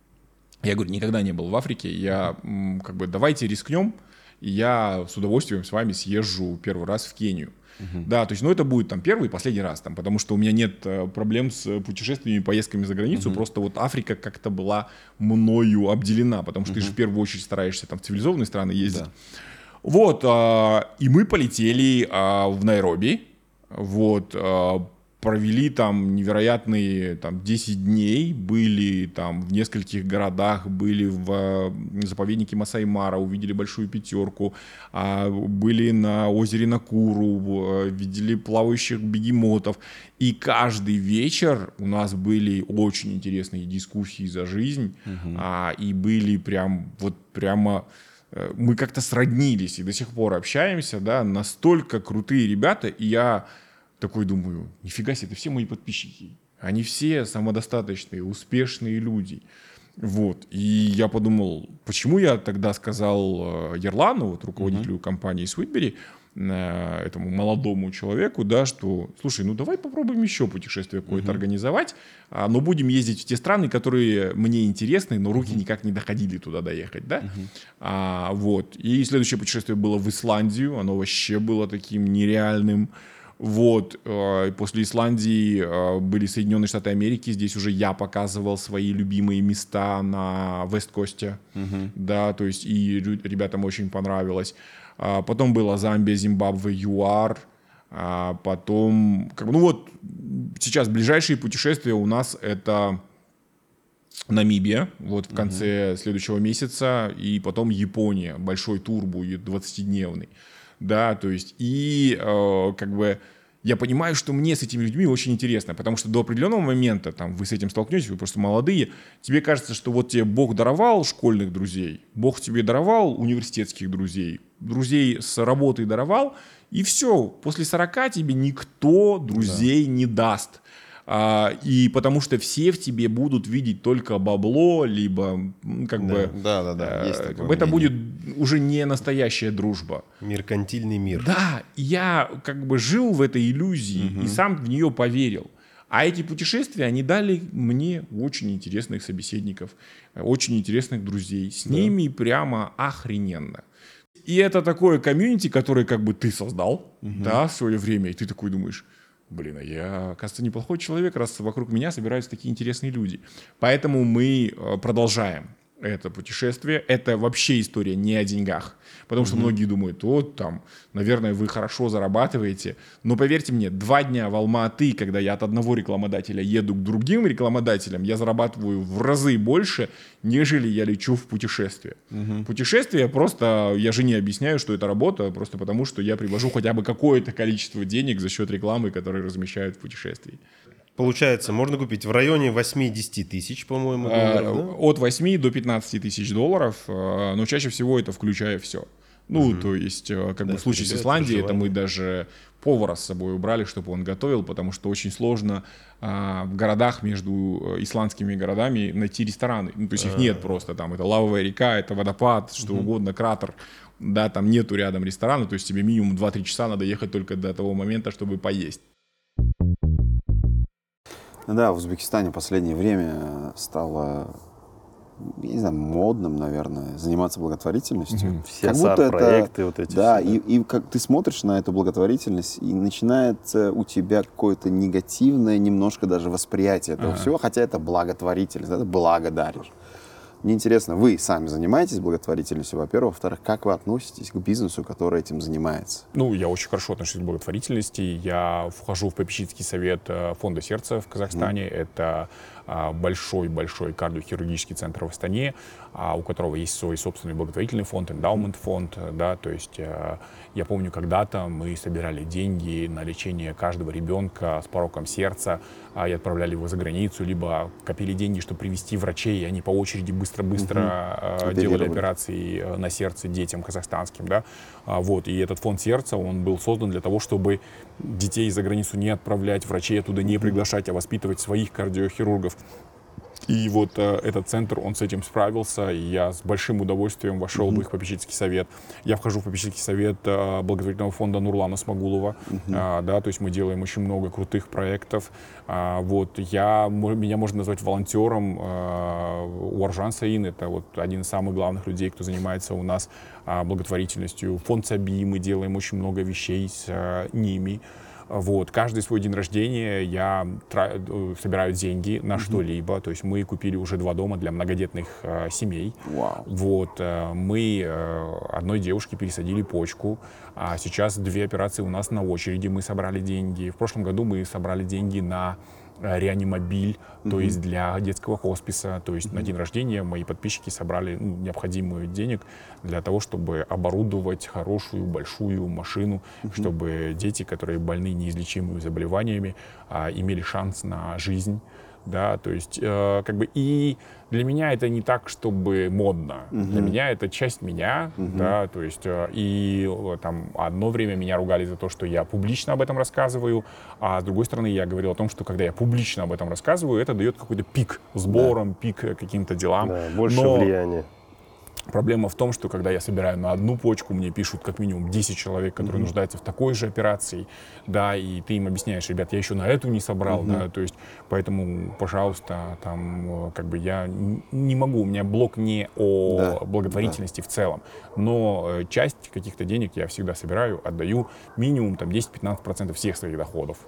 Я говорю, никогда не был в Африке, я м, как бы давайте рискнем, и я с удовольствием с вами съезжу первый раз в Кению. Да, то есть, ну это будет там первый и последний раз, там, потому что у меня нет э, проблем с путешествиями и поездками за границу, просто вот Африка как-то была мною обделена, потому что ты же в первую очередь стараешься там в цивилизованные страны ездить. Да. Вот, а, и мы полетели а, в Найроби, вот, а, провели там невероятные там, десять дней, были там в нескольких городах, были в а, заповеднике Масай-Мара, увидели большую пятерку, а, были на озере Накуру, а, видели плавающих бегемотов, и каждый вечер у нас были очень интересные дискуссии за жизнь, а, и были прям, вот прямо... Мы как-то сроднились и до сих пор общаемся, да, настолько крутые ребята, и я такой думаю, нифига себе, это все мои подписчики, они все самодостаточные, успешные люди, вот, и я подумал, почему я тогда сказал э, Ерлану, вот, руководителю компании Sweetberry, э, этому молодому человеку, да, что, слушай, ну давай попробуем еще путешествие какое-то организовать, а, но будем ездить в те страны, которые мне интересны, но руки никак не доходили туда доехать, да, а, вот, и следующее путешествие было в Исландию, оно вообще было таким нереальным. Вот, э, после Исландии э, были Соединенные Штаты Америки, здесь уже я показывал свои любимые места на Вест-Косте, да, то есть и рю- ребятам очень понравилось. А потом была Замбия, Зимбабве, ЮАР, а потом, как бы, ну вот, сейчас ближайшие путешествия у нас это Намибия, вот в конце следующего месяца, и потом Япония, большой тур будет двадцатидневный. Да, то есть, и э, как бы я понимаю, что мне с этими людьми очень интересно, потому что до определенного момента там, вы с этим столкнетесь, вы просто молодые, тебе кажется, что вот тебе Бог даровал школьных друзей, Бог тебе даровал университетских друзей, друзей с работы даровал, и все, после сорока тебе никто друзей не даст. А, и потому что все в тебе будут видеть только бабло, либо м, как бы... Да, да, да, э, есть как такое бы это мнение. будет уже не настоящая дружба. Меркантильный мир. Да, я как бы жил в этой иллюзии и сам в нее поверил. А эти путешествия, они дали мне очень интересных собеседников, очень интересных друзей. С ними прямо охрененно. И это такое комьюнити, которое как бы ты создал, да, в свое время, и ты такой думаешь, блин, а я, оказывается, неплохой человек, раз вокруг меня собираются такие интересные люди. Поэтому мы э, продолжаем. это путешествие, это вообще история не о деньгах. Потому что mm-hmm. многие думают, вот там, наверное, вы хорошо зарабатываете. Но поверьте мне, два дня в Алма-Аты, когда я от одного рекламодателя еду к другим рекламодателям, я зарабатываю в разы больше, нежели я лечу в путешествие. Mm-hmm. Путешествие просто, я жене объясняю, что это работа, просто потому что я привожу хотя бы какое-то количество денег за счет рекламы, которые размещают в путешествии. Получается, можно купить в районе восемь-десять тысяч, по-моему, долларов, да? От восьми до пятнадцати тысяч долларов, но чаще всего это включая все. Ну, mm-hmm. то есть, как да, бы в случае с Исландией, это мы даже повара с собой убрали, чтобы он готовил, потому что очень сложно а, в городах между исландскими городами найти рестораны. Ну, то есть их нет просто там. Это лавовая река, это водопад, что mm-hmm. угодно, кратер. Да, там нету рядом ресторана, то есть тебе минимум два-три часа надо ехать только до того момента, чтобы поесть. Да, в Узбекистане в последнее время стало, я не знаю, модным, наверное, заниматься благотворительностью. Mm-hmm. Все САР-проекты вот эти. Да, все, и, и как ты смотришь на эту благотворительность, и начинается у тебя какое-то негативное немножко даже восприятие этого ага. всего, хотя это благотворительность, это благо даришь. Мне интересно, вы сами занимаетесь благотворительностью, во-первых, во-вторых, как вы относитесь к бизнесу, который этим занимается? Ну, я очень хорошо отношусь к благотворительности. Я вхожу в попечительский совет фонда сердца в Казахстане. Mm. Это большой-большой кардиохирургический центр в Астане, у которого есть свой собственный благотворительный фонд, эндаумент фонд, да, то есть я помню, когда-то мы собирали деньги на лечение каждого ребенка с пороком сердца и отправляли его за границу, либо копили деньги, чтобы привезти врачей, и они по очереди быстро-быстро угу. делали операции на сердце детям казахстанским, да, вот, и этот фонд сердца, он был создан для того, чтобы детей за границу не отправлять, врачей оттуда не приглашать, а воспитывать своих кардиохирургов. И вот э, этот центр, он с этим справился, и я с большим удовольствием вошел mm-hmm. в их попечительский совет. Я вхожу в попечительский совет э, благотворительного фонда Нурлана Смагулова, mm-hmm. э, да, то есть мы делаем очень много крутых проектов. Э, вот, я, меня можно назвать волонтером э, Уаржан Саин, это вот один из самых главных людей, кто занимается у нас э, благотворительностью. Фонд Саби, мы делаем очень много вещей с э, ними. Вот. Каждый свой день рождения я тра- собираю деньги на mm-hmm. что-либо. То есть мы купили уже два дома для многодетных э, семей. Wow. Вот. Э, мы э, одной девушке пересадили почку. А сейчас две операции у нас на очереди. Мы собрали деньги. В прошлом году мы собрали деньги на реанимобиль, mm-hmm. то есть для детского хосписа. То есть mm-hmm. на день рождения мои подписчики собрали ну, необходимую денег для того, чтобы оборудовать хорошую большую машину, mm-hmm. чтобы дети, которые больны неизлечимыми заболеваниями, а, имели шанс на жизнь. Да, то есть, э, как бы, и для меня это не так, чтобы модно. Uh-huh. Для меня это часть меня, uh-huh. да, то есть, э, и э, там одно время меня ругали за то, что я публично об этом рассказываю, а с другой стороны я говорил о том, что когда я публично об этом рассказываю, это дает какой-то пик сборам, да. пик каким-то делам. Да, больше Но влияния. Проблема в том, что когда я собираю на одну почку, мне пишут как минимум десять человек, которые mm-hmm. нуждаются в такой же операции, да, и ты им объясняешь, ребят, я еще на эту не собрал, mm-hmm. да, то есть, поэтому, пожалуйста, там, как бы я не могу, у меня блог не о да. благотворительности да. в целом, но часть каких-то денег я всегда собираю, отдаю минимум там десять-пятнадцать процентов всех своих доходов.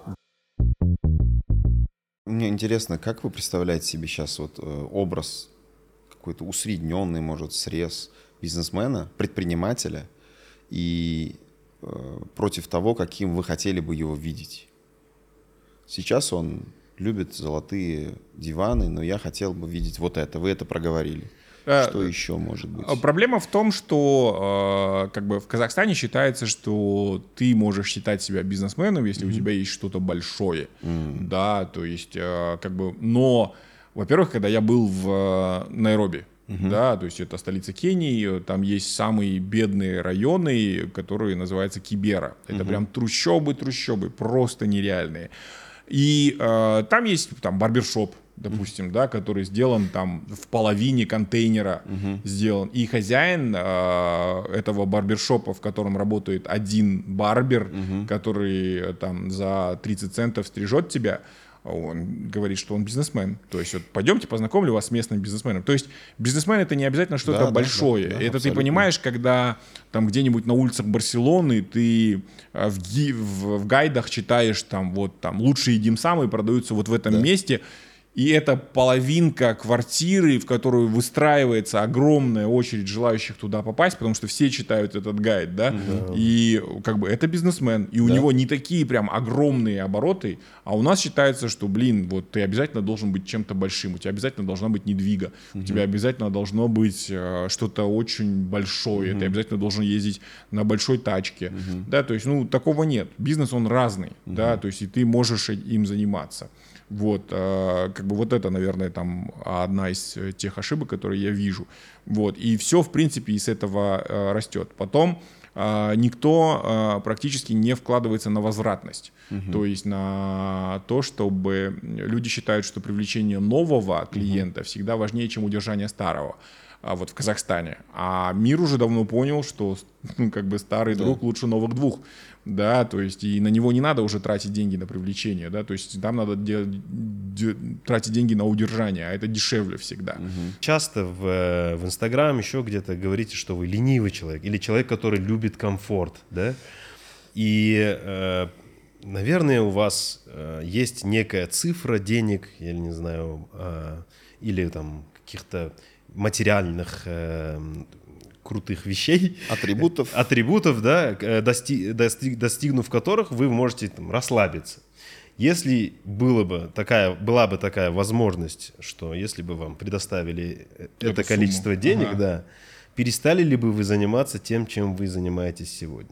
Мне интересно, как вы представляете себе сейчас вот э, образ какой-то усредненный, может, срез бизнесмена, предпринимателя и э, против того, каким вы хотели бы его видеть. Сейчас он любит золотые диваны, но я хотел бы видеть вот это. Вы это проговорили. Что еще может быть? Проблема в том, что э, как бы в Казахстане считается, что ты можешь считать себя бизнесменом, если mm-hmm. у тебя есть что-то большое. Mm-hmm. Да, то есть э, как бы, но во-первых, когда я был в Найроби, uh-huh. да, то есть это столица Кении, там есть самые бедные районы, которые называются Кибера. Это uh-huh. прям трущобы, трущобы, просто нереальные. И э, там есть там барбершоп, допустим, uh-huh. да, который сделан там в половине контейнера uh-huh. сделан. И хозяин э, этого барбершопа, в котором работает один барбер, uh-huh. который там за тридцать центов стрижет тебя, он говорит, что он бизнесмен. То есть вот пойдемте познакомлю вас с местным бизнесменом. То есть бизнесмен — это не обязательно что-то да, большое. Да, да, да, это абсолютно. Ты понимаешь, когда там где-нибудь на улицах Барселоны ты в, ги, в, в гайдах читаешь там вот там лучшие димсамы продаются вот в этом да. месте. и это половинка квартиры, в которую выстраивается огромная очередь желающих туда попасть, потому что все читают этот гайд, да, да. И как бы это бизнесмен, и у да. него не такие прям огромные обороты, а у нас считается, что, блин, вот ты обязательно должен быть чем-то большим, у тебя обязательно должна быть недвига, угу. у тебя обязательно должно быть э, что-то очень большое, угу. ты обязательно должен ездить на большой тачке, угу. да, то есть, ну, такого нет. Бизнес, он разный, угу. да, то есть и ты можешь им заниматься. Вот, э, как бы вот это, наверное, там одна из тех ошибок, которые я вижу. Вот, и все, в принципе, из этого э, растет. Потом э, никто э, практически не вкладывается на возвратность. Угу. То есть на то, чтобы люди считают, что привлечение нового клиента угу. всегда важнее, чем удержание старого. А вот в Казахстане. А мир уже давно понял, что ну, как бы старый да. друг лучше новых двух. Да, то есть и на него не надо уже тратить деньги на привлечение, да, то есть там надо де- де- тратить деньги на удержание, а это дешевле всегда. Угу. Часто в, в Инстаграм еще где-то говорите, что вы ленивый человек или человек, который любит комфорт, да, и, э, наверное, у вас э, есть некая цифра денег, я не знаю, э, или там каких-то материальных э, крутых вещей. Атрибутов. Атрибутов, да, дости, достиг, достигнув которых вы можете там, расслабиться. Если было бы такая, была бы такая возможность, что если бы вам предоставили Эту это количество сумму. денег, ага. да, перестали ли бы вы заниматься тем, чем вы занимаетесь сегодня?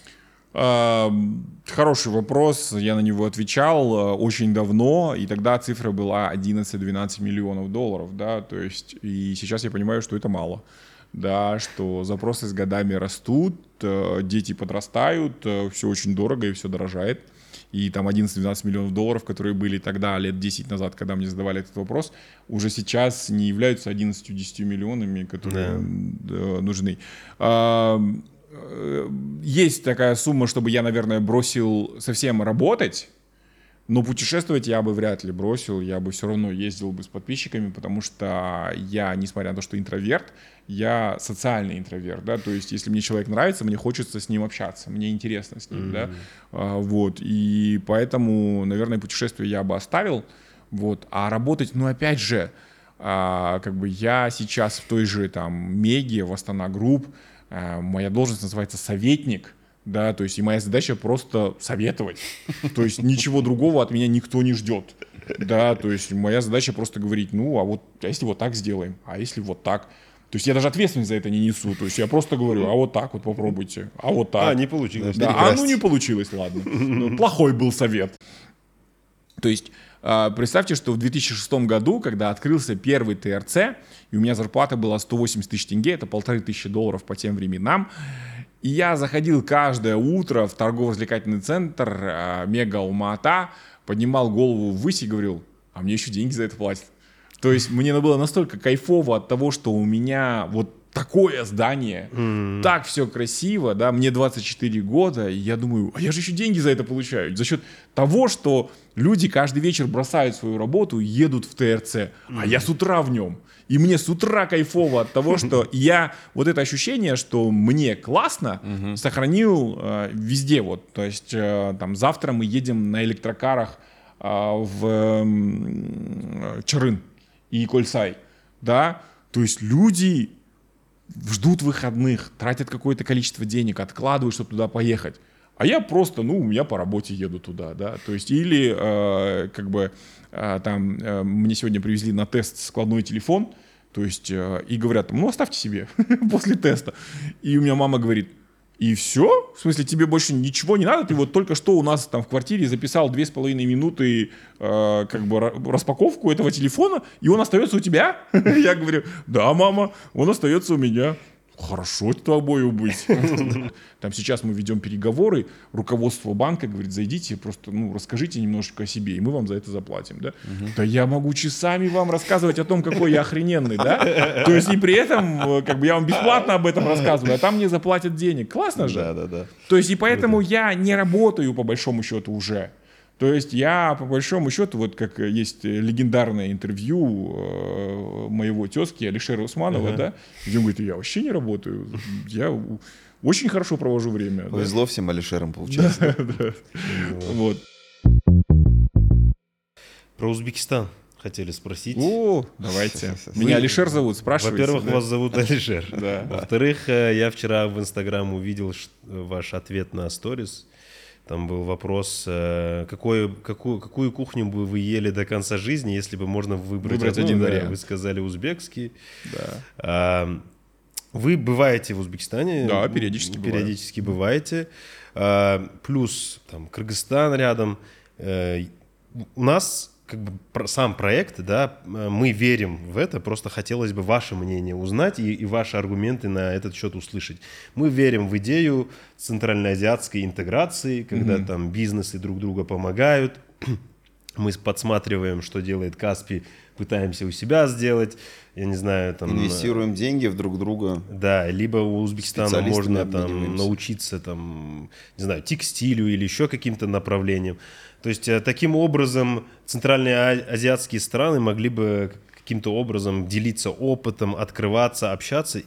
Хороший вопрос, я на него отвечал очень давно, и тогда цифра была одиннадцать-двенадцать миллионов долларов, да, то есть, и сейчас я понимаю, что это мало, да, что запросы с годами растут, дети подрастают, все очень дорого и все дорожает, и там одиннадцать-двенадцать миллионов долларов, которые были тогда, лет десять назад, когда мне задавали этот вопрос, уже сейчас не являются одиннадцатью-десятью миллионами, которые yeah. нужны. Есть такая сумма, чтобы я, наверное, бросил совсем работать, но путешествовать я бы вряд ли бросил, я бы все равно ездил бы с подписчиками, потому что я, несмотря на то, что интроверт, я социальный интроверт, да, то есть если мне человек нравится, мне хочется с ним общаться, мне интересно с ним, mm-hmm. да, а, вот, и поэтому, наверное, путешествие я бы оставил, вот, а работать, ну, опять же, а, как бы я сейчас в той же, там, Меге, в Астана Групп, моя должность называется советник, да, то есть и моя задача просто советовать, то есть ничего другого от меня никто не ждет, да, то есть моя задача просто говорить, ну, а вот, а если вот так сделаем, а если вот так, то есть я даже ответственность за это не несу, то есть я просто говорю, а вот так вот попробуйте, а вот так. А, не получилось. Да, а ну не получилось, ладно, ну, плохой был совет. То есть представьте, что в две тысячи шестом году, когда открылся первый ТРЦ, и у меня зарплата была сто восемьдесят тысяч тенге, это полторы тысячи долларов по тем временам, и я заходил каждое утро в торгово-развлекательный центр Мега Алма-Ата, поднимал голову ввысь и говорил, а мне еще деньги за это платят. То есть мне было настолько кайфово от того, что у меня вот такое здание, mm. так все красиво, да, мне двадцать четыре года, и я думаю, а я же еще деньги за это получаю, за счет того, что люди каждый вечер бросают свою работу и едут в ТРЦ, mm. а я с утра в нем, и мне с утра кайфово от того, что я вот это ощущение, что мне классно, mm-hmm. сохранил э, везде, вот, то есть э, там завтра мы едем на электрокарах э, в э, Чарын и Кольсай, да, то есть люди ждут выходных, тратят какое-то количество денег, откладывают, чтобы туда поехать. А я просто, ну, я по работе еду туда, да, то есть или э, как бы э, там э, мне сегодня привезли на тест складной телефон, то есть э, и говорят, ну, оставьте себе после теста. И у меня мама говорит, и все? В смысле, тебе больше ничего не надо? Ты вот только что у нас там в квартире записал две с половиной минуты э, как бы распаковку этого телефона, и он остается у тебя? Я говорю, да, мама, он остается у меня. Хорошо с тобой быть. Там сейчас мы ведем переговоры, руководство банка говорит, зайдите, просто ну, расскажите немножечко о себе, и мы вам за это заплатим. Да? Угу. Да я могу часами вам рассказывать о том, какой я охрененный, да? То есть и при этом как бы я вам бесплатно об этом рассказываю, а там мне заплатят денег. Классно же? Да, да, да. То есть и поэтому я не работаю по большому счету уже. То есть я, по большому счету, вот как есть легендарное интервью э, моего тезки Алишера Усманова, uh-huh. да, где он говорит, я вообще не работаю, я очень хорошо провожу время. Повезло да. всем Алишерам, получается. Да, да. Вот. Про Узбекистан хотели спросить. О, давайте. Меня Алишер зовут, спрашивайте. Во-первых, вас зовут Алишер. Да. Во-вторых, я вчера в Инстаграм увидел ваш ответ на сторис. Там был вопрос, какую, какую, какую кухню бы вы ели до конца жизни, если бы можно выбрать, выбрать одну, один да, вариант. Вы сказали узбекский. Да. Вы бываете в Узбекистане? Да, периодически бываю. Периодически бываете. Плюс там Кыргызстан рядом. У нас как бы сам проект, да, мы верим в это, просто хотелось бы ваше мнение узнать и, и ваши аргументы на этот счет услышать. Мы верим в идею центральноазиатской интеграции, когда mm-hmm. там бизнесы друг друга помогают, мы подсматриваем, что делает Каспий, пытаемся у себя сделать, я не знаю, там... Инвестируем деньги в друг друга. Да, либо у Узбекистана можно там научиться, там, не знаю, текстилю или еще каким-то направлениям. То есть таким образом центральные азиатские страны могли бы каким-то образом делиться опытом, открываться, общаться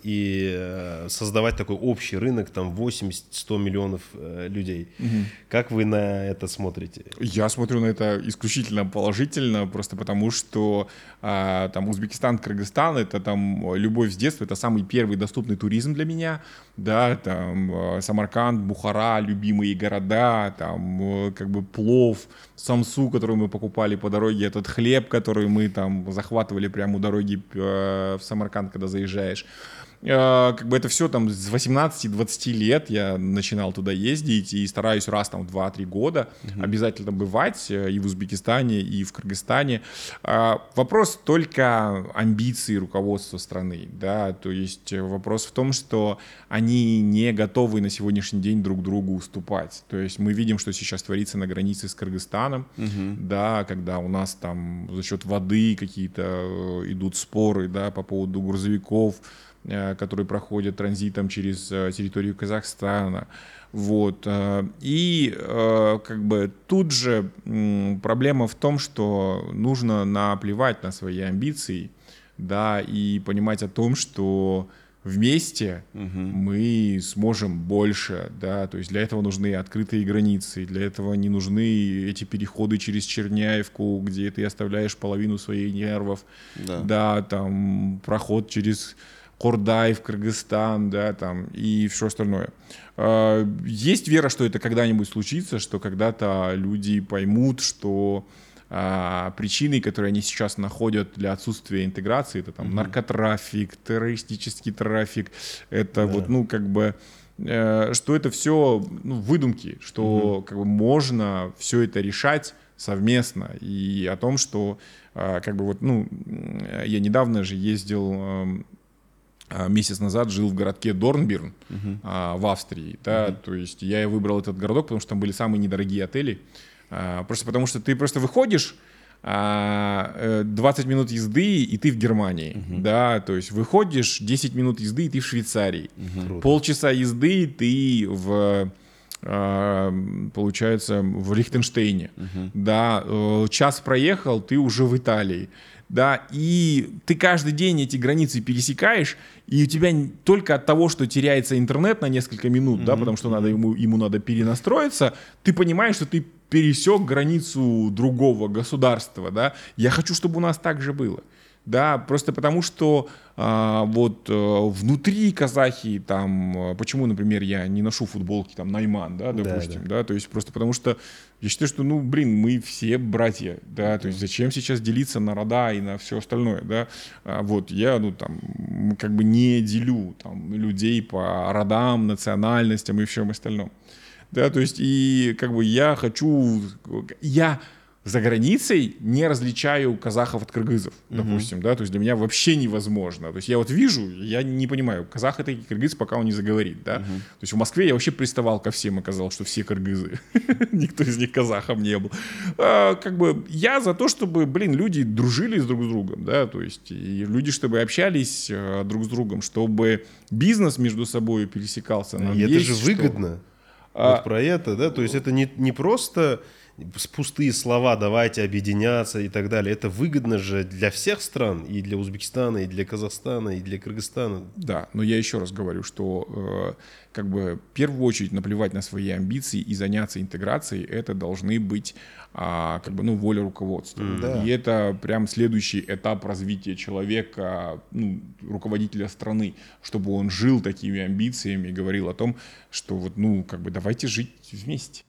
и создавать такой общий рынок, там восемьдесят-сто миллионов людей. Угу. Как вы на это смотрите? Я смотрю на это исключительно положительно, просто потому что а, там Узбекистан, Кыргызстан — это там любовь с детства, это самый первый доступный туризм для меня, да, там Самарканд, Бухара, любимые города, там как бы плов, самсу, который мы покупали по дороге, этот хлеб, который мы там захватывали прямо у дороги в Самарканд, когда заезжаешь. Как бы это все там с восемнадцати-двадцати лет я начинал туда ездить и стараюсь раз там в два-три года uh-huh. обязательно бывать и в Узбекистане, и в Кыргызстане. Вопрос только амбиций руководства страны, да, то есть вопрос в том, что они не готовы на сегодняшний день друг другу уступать. То есть мы видим, что сейчас творится на границе с Кыргызстаном, uh-huh. да, когда у нас там за счет воды какие-то идут споры, да, по поводу грузовиков, которые проходят транзитом через территорию Казахстана. Вот. И как бы тут же проблема в том, что нужно наплевать на свои амбиции, да, и понимать о том, что вместе угу. мы сможем больше, да, то есть для этого нужны открытые границы, для этого не нужны эти переходы через Черняевку, где ты оставляешь половину своих нервов, да, да, там проход через Кордай в Кыргызстан, да, там, и все остальное. Есть вера, что это когда-нибудь случится, что когда-то люди поймут, что а, причиной, которые они сейчас находят для отсутствия интеграции, это там mm-hmm. наркотрафик, террористический трафик, это да. вот, ну, как бы, э, что это все ну, выдумки, что mm-hmm. как бы можно все это решать совместно, и о том, что э, как бы вот, ну, я недавно же ездил... Э, месяц назад жил в городке Дорнбирн uh-huh. а, в Австрии, да, uh-huh. то есть я выбрал этот городок, потому что там были самые недорогие отели, а, просто потому что ты просто выходишь, а, двадцать минут езды, и ты в Германии, uh-huh. да, то есть выходишь десять минут езды, и ты в Швейцарии, uh-huh. полчаса езды, ты в... получается, в Лихтенштейне, uh-huh. да, час проехал, ты уже в Италии, да, и ты каждый день эти границы пересекаешь, и у тебя только от того, что теряется интернет на несколько минут, mm-hmm. да, потому что надо ему, ему надо перенастроиться, ты понимаешь, что ты пересек границу другого государства, да. Я хочу, чтобы у нас так же было. Да, просто потому что а, вот а, внутри казахи там, почему, например, я не ношу футболки там Найман, да, допустим, да, да. да, то есть просто потому что я считаю, что, ну, блин, мы все братья, да, mm-hmm. то есть зачем сейчас делиться на рода и на все остальное, да, а, вот я, ну, там, как бы не делю там людей по родам, национальностям и всем остальном, да, то есть и как бы я хочу, я за границей не различаю казахов от кыргызов, mm-hmm. допустим, да, то есть для меня вообще невозможно. То есть я вот вижу, я не понимаю, казах это кыргыз, пока он не заговорит, да. Mm-hmm. То есть в Москве я вообще приставал ко всем и казал, что все кыргызы. Никто из них казахом не был. А, как бы я за то, чтобы, блин, люди дружили с друг с другом, да, то есть и люди, чтобы общались а, друг с другом, чтобы бизнес между собой пересекался. И это же выгодно. Вот про это, да, то есть это не, не просто... пустые слова «давайте объединяться» и так далее. Это выгодно же для всех стран, и для Узбекистана, и для Казахстана, и для Кыргызстана. Да, но я еще раз говорю, что э, как бы в первую очередь наплевать на свои амбиции и заняться интеграцией, это должны быть а, как бы, ну, воля руководства. Mm, да. И это прям следующий этап развития человека, ну, руководителя страны, чтобы он жил такими амбициями и говорил о том, что вот, ну, как бы давайте жить вместе.